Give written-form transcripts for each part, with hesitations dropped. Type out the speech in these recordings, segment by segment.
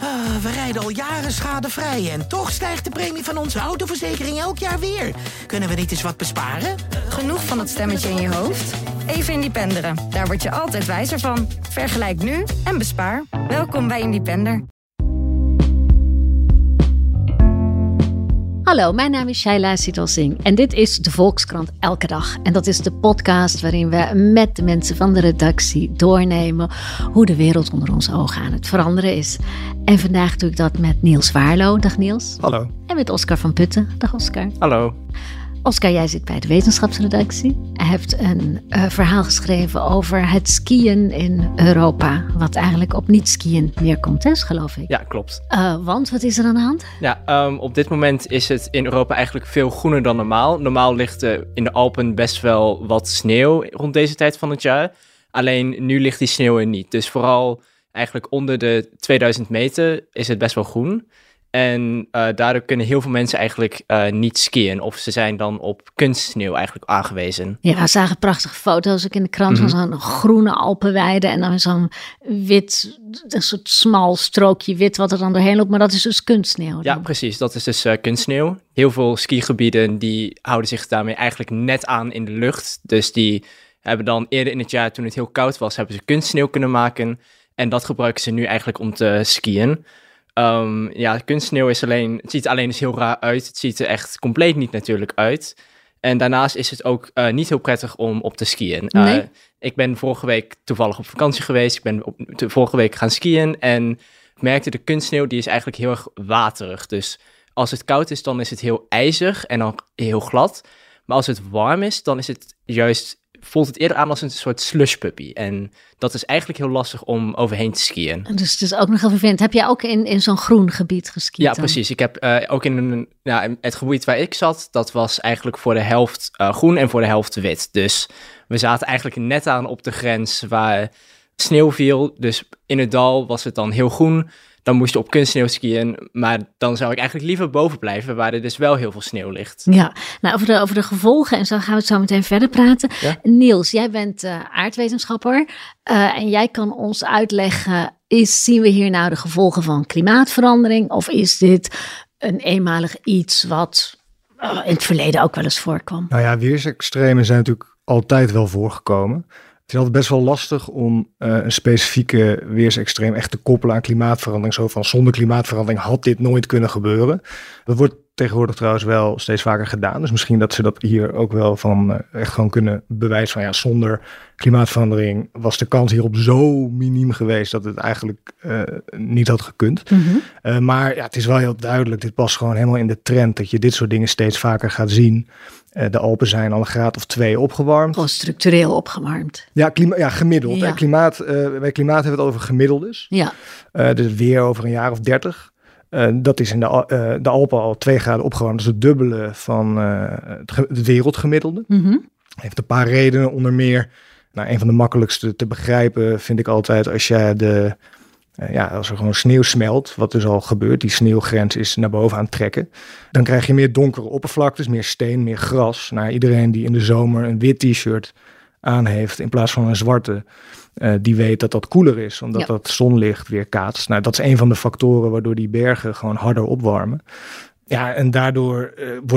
We rijden al jaren schadevrij en toch stijgt de premie van onze autoverzekering elk jaar weer. Kunnen we niet eens wat besparen? Genoeg van dat stemmetje in je hoofd? Even Independeren. Daar word je altijd wijzer van. Vergelijk nu en bespaar. Welkom bij Independer. Hallo, mijn naam is Shaila Sital-Singh en dit is de Volkskrant Elke Dag. En dat is de podcast waarin we met de mensen van de redactie doornemen hoe de wereld onder onze ogen aan het veranderen is. En vandaag doe ik dat met Niels Waarlo. Dag Niels. Hallo. En met Oscar van Putten. Dag Oscar. Hallo. Oscar, jij zit bij de wetenschapsredactie. Je hebt een verhaal geschreven over het skiën in Europa. Wat eigenlijk op niet skiën neerkomt, hè, geloof ik. Ja, klopt. Want, wat is er aan de hand? Ja, op dit moment is het in Europa eigenlijk veel groener dan normaal. Normaal ligt in de Alpen best wel wat sneeuw rond deze tijd van het jaar. Alleen nu ligt die sneeuw er niet. Dus vooral eigenlijk onder de 2000 meter is het best wel groen. En daardoor kunnen heel veel mensen eigenlijk niet skiën. Of ze zijn dan op kunstsneeuw eigenlijk aangewezen. Ja, we zagen prachtige foto's ook in de krant van zo'n groene Alpenweide. En dan zo'n wit, een soort smal strookje wit wat er dan doorheen loopt. Maar dat is dus kunstsneeuw dan. Ja, precies. Dat is dus kunstsneeuw. Heel veel skigebieden die houden zich daarmee eigenlijk net aan in de lucht. Dus die hebben dan eerder in het jaar, toen het heel koud was, hebben ze kunstsneeuw kunnen maken. En dat gebruiken ze nu eigenlijk om te skiën. Kunstsneeuw is het ziet er alleen dus heel raar uit. Het ziet er echt compleet niet natuurlijk uit. En daarnaast is het ook niet heel prettig om op te skiën. Nee? Ik ben vorige week toevallig op vakantie geweest. Ik ben vorige week gaan skiën en ik merkte de kunstsneeuw, die is eigenlijk heel erg waterig. Dus als het koud is, dan is het heel ijzig en dan heel glad. Maar als het warm is, dan is het voelt het eerder aan als een soort slushpuppy. En dat is eigenlijk heel lastig om overheen te skiën. Dus het is ook nog heel vervelend. Heb jij ook in zo'n groen gebied geskiet? Ja, precies. Ik heb ook in het gebied waar ik zat, dat was eigenlijk voor de helft groen en voor de helft wit. Dus we zaten eigenlijk net aan op de grens waar sneeuw viel. Dus in het dal was het dan heel groen. Dan moest je op kunstsneeuw skiën, maar dan zou ik eigenlijk liever boven blijven, waar er dus wel heel veel sneeuw ligt. Ja, nou over de gevolgen en zo gaan we het zo meteen verder praten. Ja? Niels, jij bent aardwetenschapper en jij kan ons uitleggen, zien we hier nou de gevolgen van klimaatverandering of is dit een eenmalig iets wat in het verleden ook wel eens voorkwam? Nou ja, weersextremen zijn natuurlijk altijd wel voorgekomen. Het is altijd best wel lastig om een specifieke weersextreem echt te koppelen aan klimaatverandering. Zo van zonder klimaatverandering had dit nooit kunnen gebeuren. Dat wordt tegenwoordig trouwens wel steeds vaker gedaan. Dus misschien dat ze dat hier ook wel van echt gewoon kunnen bewijzen van ja, zonder klimaatverandering was de kans hierop zo miniem geweest dat het eigenlijk niet had gekund. Mm-hmm. Maar ja, het is wel heel duidelijk, dit past gewoon helemaal in de trend dat je dit soort dingen steeds vaker gaat zien. De Alpen zijn al een graad of 2 opgewarmd. Gewoon structureel opgewarmd. Ja, gemiddeld. Ja. Bij klimaat hebben we het over gemiddeldes. Ja. Dus weer over een jaar of 30. Dat is in de Alpen al 2 graden opgewarmd. Dat is het dubbele van het wereldgemiddelde. Mm-hmm. Heeft een paar redenen, onder meer. Nou, een van de makkelijkste te begrijpen vind ik altijd als als er gewoon sneeuw smelt, wat dus al gebeurt, die sneeuwgrens is naar boven aan het trekken, dan krijg je meer donkere oppervlaktes, meer steen, meer gras. Nou, iedereen die in de zomer een wit t-shirt aan heeft in plaats van een zwarte, die weet dat dat koeler is, omdat dat zonlicht weer kaatst. Nou, dat is een van de factoren waardoor die bergen gewoon harder opwarmen. Ja, en daardoor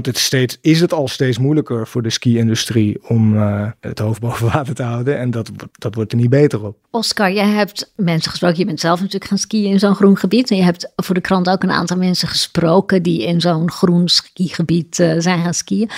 is het al steeds moeilijker voor de ski-industrie om het hoofd boven water te houden. En dat wordt er niet beter op. Oscar, jij hebt mensen gesproken. Je bent zelf natuurlijk gaan skiën in zo'n groen gebied. En je hebt voor de krant ook een aantal mensen gesproken die in zo'n groen skigebied zijn gaan skiën.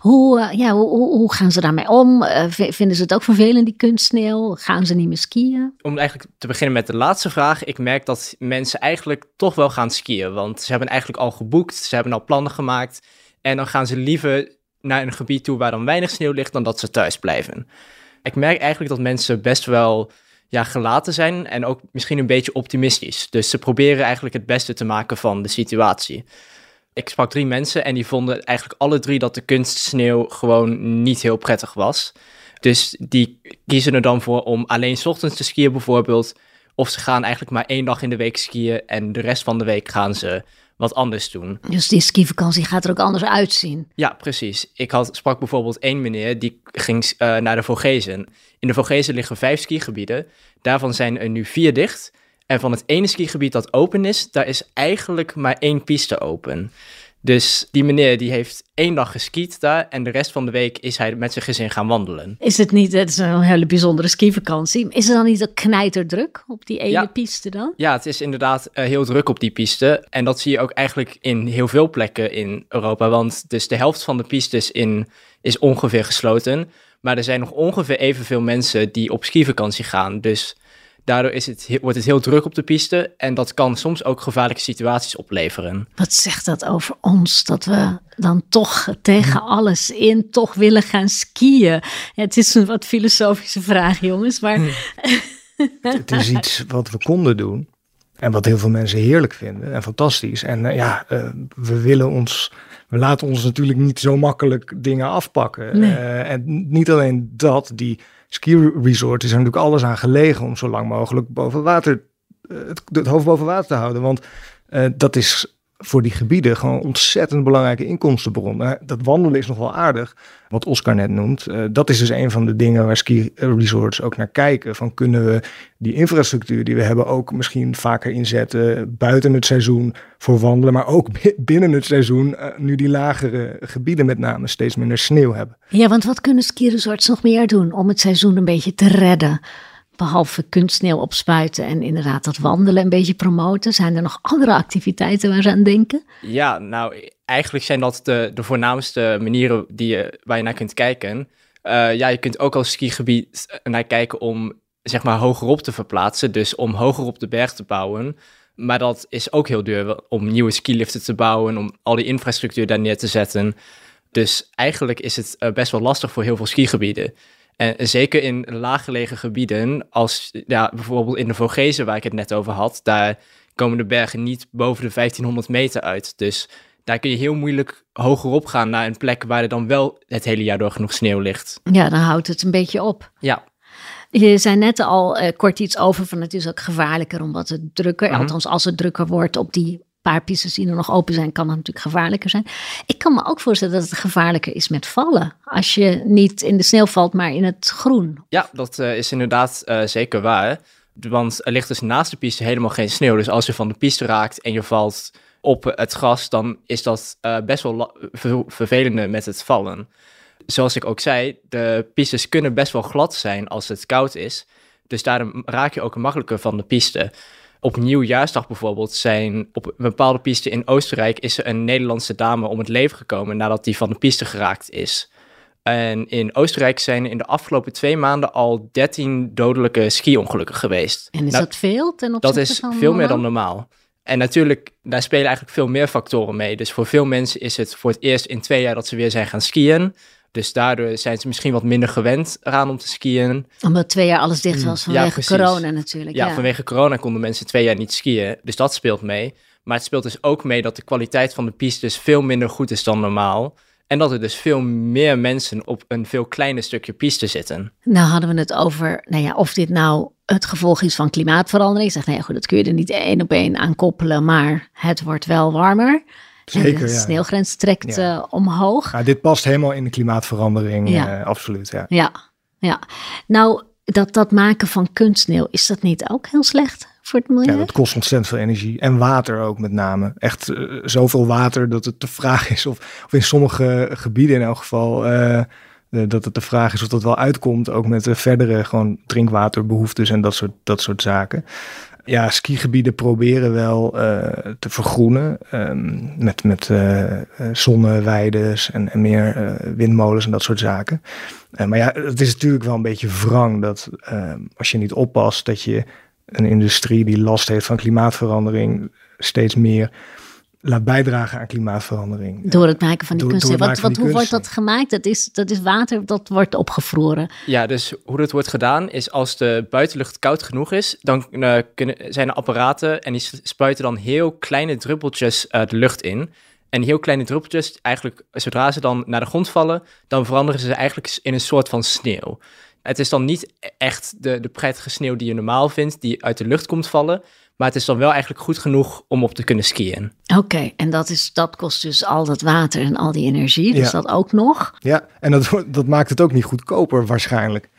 Hoe gaan ze daarmee om? Vinden ze het ook vervelend, die kunstsneeuw? Gaan ze niet meer skiën? Om eigenlijk te beginnen met de laatste vraag. Ik merk dat mensen eigenlijk toch wel gaan skiën. Want ze hebben eigenlijk al geboekt. Ze hebben al plannen gemaakt. En dan gaan ze liever naar een gebied toe waar dan weinig sneeuw ligt dan dat ze thuis blijven. Ik merk eigenlijk dat mensen best wel gelaten zijn en ook misschien een beetje optimistisch. Dus ze proberen eigenlijk het beste te maken van de situatie. Ik sprak 3 mensen en die vonden eigenlijk alle 3 dat de kunstsneeuw gewoon niet heel prettig was. Dus die kiezen er dan voor om alleen 's ochtends te skiën bijvoorbeeld. Of ze gaan eigenlijk maar 1 dag in de week skiën en de rest van de week gaan ze wat anders doen. Dus die skivakantie gaat er ook anders uitzien. Ja, precies. Ik sprak bijvoorbeeld 1 meneer die ging naar de Vogezen. In de Vogezen liggen 5 skigebieden. Daarvan zijn er nu 4 dicht. En van het ene skigebied dat open is, daar is eigenlijk maar 1 piste open. Dus die meneer die heeft 1 dag geskiet daar en de rest van de week is hij met zijn gezin gaan wandelen. Is het niet, het is een hele bijzondere skivakantie. Is het dan niet ook knijterdruk op die ene piste dan? Ja, het is inderdaad heel druk op die piste. En dat zie je ook eigenlijk in heel veel plekken in Europa. Want dus de helft van de pistes is ongeveer gesloten. Maar er zijn nog ongeveer evenveel mensen die op skivakantie gaan. Dus daardoor wordt het heel druk op de piste en dat kan soms ook gevaarlijke situaties opleveren. Wat zegt dat over ons, dat we dan toch tegen alles in toch willen gaan skiën? Ja, het is een wat filosofische vraag, jongens, maar... Het is iets wat we konden doen en wat heel veel mensen heerlijk vinden en fantastisch. En we laten ons natuurlijk niet zo makkelijk dingen afpakken. Nee. En niet alleen dat, die ski-resort is er natuurlijk alles aan gelegen om zo lang mogelijk boven water, het hoofd boven water te houden. Want dat is voor die gebieden gewoon een ontzettend belangrijke inkomstenbron. Dat wandelen is nog wel aardig, wat Oscar net noemt. Dat is dus een van de dingen waar ski-resorts ook naar kijken. Van kunnen we die infrastructuur die we hebben ook misschien vaker inzetten buiten het seizoen voor wandelen, maar ook binnen het seizoen, nu die lagere gebieden met name steeds minder sneeuw hebben. Ja, want wat kunnen ski-resorts nog meer doen om het seizoen een beetje te redden? Behalve kunstsneeuw opspuiten en inderdaad dat wandelen een beetje promoten. Zijn er nog andere activiteiten waar ze aan denken? Ja, nou eigenlijk zijn dat de voornaamste manieren waar je naar kunt kijken. Je kunt ook als skigebied naar kijken om zeg maar hogerop te verplaatsen. Dus om hoger op de berg te bouwen. Maar dat is ook heel duur om nieuwe skiliften te bouwen, om al die infrastructuur daar neer te zetten. Dus eigenlijk is het best wel lastig voor heel veel skigebieden. En zeker in laaggelegen gebieden, als bijvoorbeeld in de Vogezen waar ik het net over had, daar komen de bergen niet boven de 1500 meter uit. Dus daar kun je heel moeilijk hogerop gaan naar een plek waar er dan wel het hele jaar door genoeg sneeuw ligt. Ja, dan houdt het een beetje op. Ja. Je zei net al kort iets over van het is ook gevaarlijker omdat het drukker, althans als het drukker wordt op die paar pistes die er nog open zijn, kan dat natuurlijk gevaarlijker zijn. Ik kan me ook voorstellen dat het gevaarlijker is met vallen. Als je niet in de sneeuw valt, maar in het groen. Ja, dat is inderdaad zeker waar. Want er ligt dus naast de piste helemaal geen sneeuw. Dus als je van de piste raakt en je valt op het gras, dan is dat best wel vervelender met het vallen. Zoals ik ook zei, de pistes kunnen best wel glad zijn als het koud is. Dus daarom raak je ook makkelijker van de piste. Op Nieuwjaarsdag bijvoorbeeld op een bepaalde piste in Oostenrijk is er een Nederlandse dame om het leven gekomen nadat die van de piste geraakt is. En in Oostenrijk zijn in de afgelopen 2 maanden al 13 dodelijke ski-ongelukken geweest. En is dat veel ten opzichte van? Dat is van veel meer dan normaal. En natuurlijk, daar spelen eigenlijk veel meer factoren mee. Dus voor veel mensen is het voor het eerst in 2 jaar dat ze weer zijn gaan skiën. Dus daardoor zijn ze misschien wat minder gewend eraan om te skiën. Omdat 2 jaar alles dicht was vanwege corona natuurlijk. Ja, vanwege corona konden mensen 2 jaar niet skiën. Dus dat speelt mee. Maar het speelt dus ook mee dat de kwaliteit van de pistes veel minder goed is dan normaal. En dat er dus veel meer mensen op een veel kleiner stukje piste zitten. Nou hadden we het over, of dit nou het gevolg is van klimaatverandering. Ik zeg, goed, dat kun je er niet 1 op 1 aan koppelen, maar het wordt wel warmer. Zeker, en de sneeuwgrens trekt omhoog. Ja, dit past helemaal in de klimaatverandering, absoluut. Ja. Nou, dat maken van kunstsneeuw, is dat niet ook heel slecht voor het milieu? Ja, dat kost ontzettend veel energie. En water ook met name. Echt zoveel water dat het de vraag is of in sommige gebieden in elk geval, dat het de vraag is of dat wel uitkomt. Ook met verdere gewoon drinkwaterbehoeftes en dat soort zaken. Ja, skigebieden proberen wel te vergroenen met zonneweides en meer windmolens en dat soort zaken. Maar ja, het is natuurlijk wel een beetje wrang dat als je niet oppast, dat je een industrie die last heeft van klimaatverandering steeds meer laat bijdragen aan klimaatverandering. Door het maken van die kunststof. Hoe wordt dat gemaakt? Dat is water dat wordt opgevroren. Ja, dus hoe dat wordt gedaan is als de buitenlucht koud genoeg is, dan zijn er apparaten en die spuiten dan heel kleine druppeltjes de lucht in. En die heel kleine druppeltjes, eigenlijk zodra ze dan naar de grond vallen, dan veranderen ze eigenlijk in een soort van sneeuw. Het is dan niet echt de prettige sneeuw die je normaal vindt, die uit de lucht komt vallen. Maar het is dan wel eigenlijk goed genoeg om op te kunnen skiën. Oké, en dat kost dus al dat water en al die energie. Dus dat ook nog. Ja, en dat maakt het ook niet goedkoper waarschijnlijk.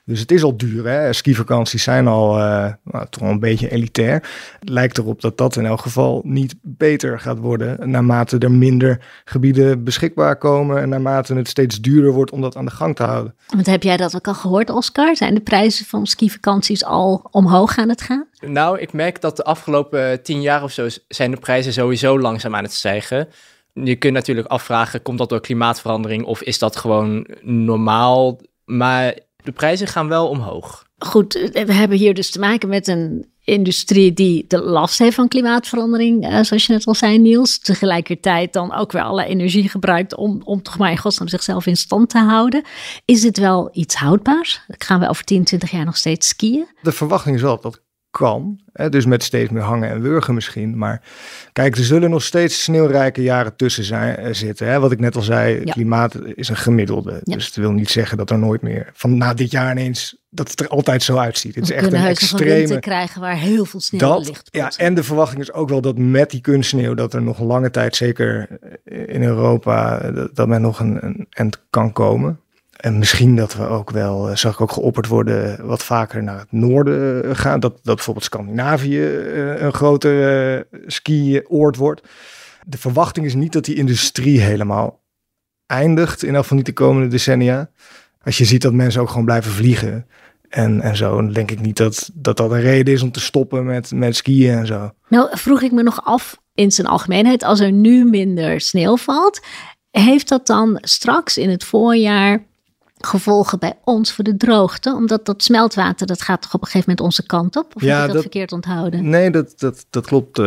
Dus het is al duur. Hè? Skivakanties zijn al toch wel een beetje elitair. Het lijkt erop dat dat in elk geval niet beter gaat worden. Naarmate er minder gebieden beschikbaar komen. En naarmate het steeds duurder wordt om dat aan de gang te houden. Want heb jij dat ook al gehoord, Oscar? Zijn de prijzen van skivakanties al omhoog aan het gaan? Nou, ik merk dat de afgelopen 10 jaar of zo zijn de prijzen sowieso langzaam aan het stijgen. Je kunt natuurlijk afvragen, komt dat door klimaatverandering of is dat gewoon normaal? Maar de prijzen gaan wel omhoog. Goed, we hebben hier dus te maken met een industrie die de last heeft van klimaatverandering, zoals je net al zei, Niels. Tegelijkertijd dan ook weer alle energie gebruikt om toch maar in godsnaam zichzelf in stand te houden. Is dit wel iets houdbaars? Gaan we over 10, 20 jaar nog steeds skiën? De verwachting is wel dat kan. Hè? Dus met steeds meer hangen en wurgen misschien. Maar kijk, er zullen nog steeds sneeuwrijke jaren tussen zitten. Hè? Wat ik net al zei, klimaat is een gemiddelde. Ja. Dus het wil niet zeggen dat er nooit meer van na dit jaar ineens dat het er altijd zo uitziet. Het is echt een extreme winter krijgen waar heel veel sneeuw ligt. Ja, en de verwachting is ook wel dat met die kunstsneeuw dat er nog lange tijd, zeker in Europa, dat men nog een end kan komen. En misschien dat we ook wel, zag ik ook geopperd worden, wat vaker naar het noorden gaan. Dat bijvoorbeeld Scandinavië een grotere ski-oord wordt. De verwachting is niet dat die industrie helemaal eindigt, in elk geval niet de komende decennia. Als je ziet dat mensen ook gewoon blijven vliegen en zo, dan denk ik niet dat een reden is om te stoppen met skiën en zo. Nou, vroeg ik me nog af in zijn algemeenheid, als er nu minder sneeuw valt, heeft dat dan straks in het voorjaar gevolgen bij ons voor de droogte? Omdat dat smeltwater, dat gaat toch op een gegeven moment onze kant op? Of heb ik dat verkeerd onthouden? Nee, dat klopt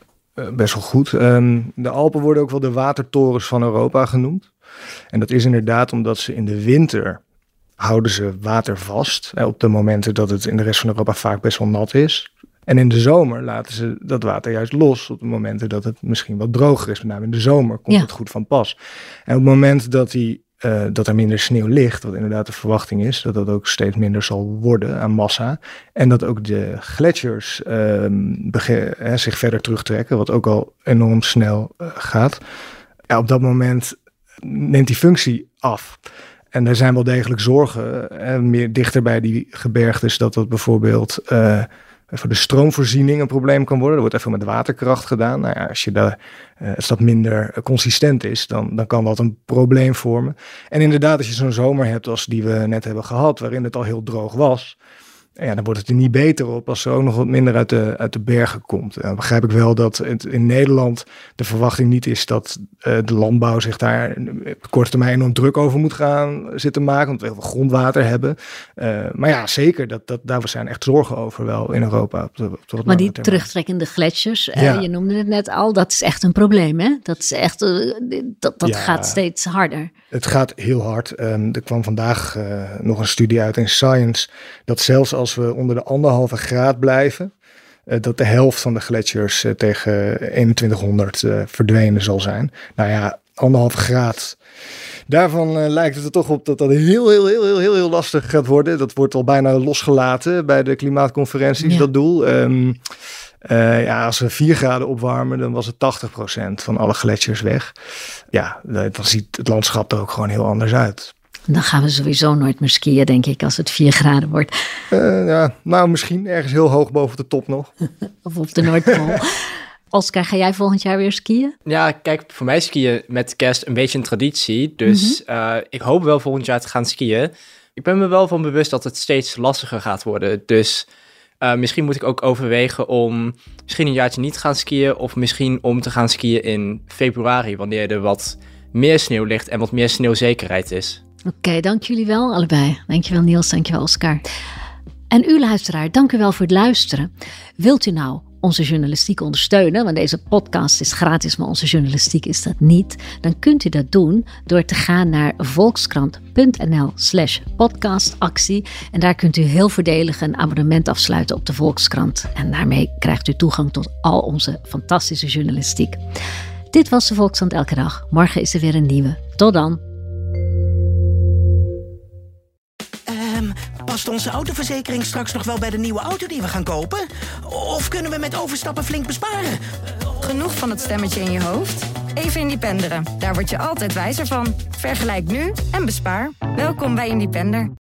best wel goed. De Alpen worden ook wel de watertorens van Europa genoemd. En dat is inderdaad omdat ze in de winter houden ze water vast. Op de momenten dat het in de rest van Europa vaak best wel nat is. En in de zomer laten ze dat water juist los op de momenten dat het misschien wat droger is. Met name in de zomer komt het goed van pas. En op het moment dat er minder sneeuw ligt, wat inderdaad de verwachting is, dat dat ook steeds minder zal worden aan massa. En dat ook de gletsjers zich verder terugtrekken, wat ook al enorm snel gaat. Ja, op dat moment neemt die functie af. En er zijn wel degelijk zorgen, meer dichter bij die gebergtes, dat bijvoorbeeld voor de stroomvoorziening een probleem kan worden. Er wordt even met waterkracht gedaan. Nou ja, als dat minder consistent is, dan kan dat een probleem vormen. En inderdaad, als je zo'n zomer hebt als die we net hebben gehad, waarin het al heel droog was, ja, dan wordt het er niet beter op als er ook nog wat minder uit de bergen komt. Dan begrijp ik wel dat in Nederland de verwachting niet is dat de landbouw zich daar op korte termijn enorm druk over moet gaan zitten maken, omdat we heel veel grondwater hebben. Maar ja, zeker, daar zijn echt zorgen over wel in Europa. Maar die terugtrekkende gletsjers, je noemde het net al, dat is echt een probleem, hè? Dat is echt, dat gaat steeds harder. Het gaat heel hard. Er kwam vandaag nog een studie uit in Science, dat zelfs als we onder de 1,5 graad blijven, dat de helft van de gletsjers tegen 2100 verdwenen zal zijn. Nou ja, 1,5 graad. Daarvan lijkt het er toch op dat dat heel lastig gaat worden. Dat wordt al bijna losgelaten bij de klimaatconferenties, dat doel. Als we 4 graden opwarmen, dan was het 80% van alle gletsjers weg. Ja, dan ziet het landschap er ook gewoon heel anders uit. Dan gaan we sowieso nooit meer skiën, denk ik, als het 4 graden wordt. Misschien ergens heel hoog boven de top nog. Of op de Noordpool. Oscar, ga jij volgend jaar weer skiën? Ja, kijk, voor mij skiën met kerst een beetje een traditie. Dus ik hoop wel volgend jaar te gaan skiën. Ik ben me wel van bewust dat het steeds lastiger gaat worden. Dus misschien moet ik ook overwegen om misschien een jaartje niet te gaan skiën. Of misschien om te gaan skiën in februari, wanneer er wat meer sneeuw ligt en wat meer sneeuwzekerheid is. Oké, dank jullie wel allebei. Dankjewel Niels, dankjewel Oscar. En u luisteraar, dank u wel voor het luisteren. Wilt u nou onze journalistiek ondersteunen, want deze podcast is gratis, maar onze journalistiek is dat niet, dan kunt u dat doen door te gaan naar volkskrant.nl/podcastactie en daar kunt u heel voordelig een abonnement afsluiten op de Volkskrant en daarmee krijgt u toegang tot al onze fantastische journalistiek. Dit was de Volkskrant Elke Dag. Morgen is er weer een nieuwe. Tot dan. Past onze autoverzekering straks nog wel bij de nieuwe auto die we gaan kopen? Of kunnen we met overstappen flink besparen? Genoeg van het stemmetje in je hoofd? Even Independeren. Daar word je altijd wijzer van. Vergelijk nu en bespaar. Welkom bij Independer.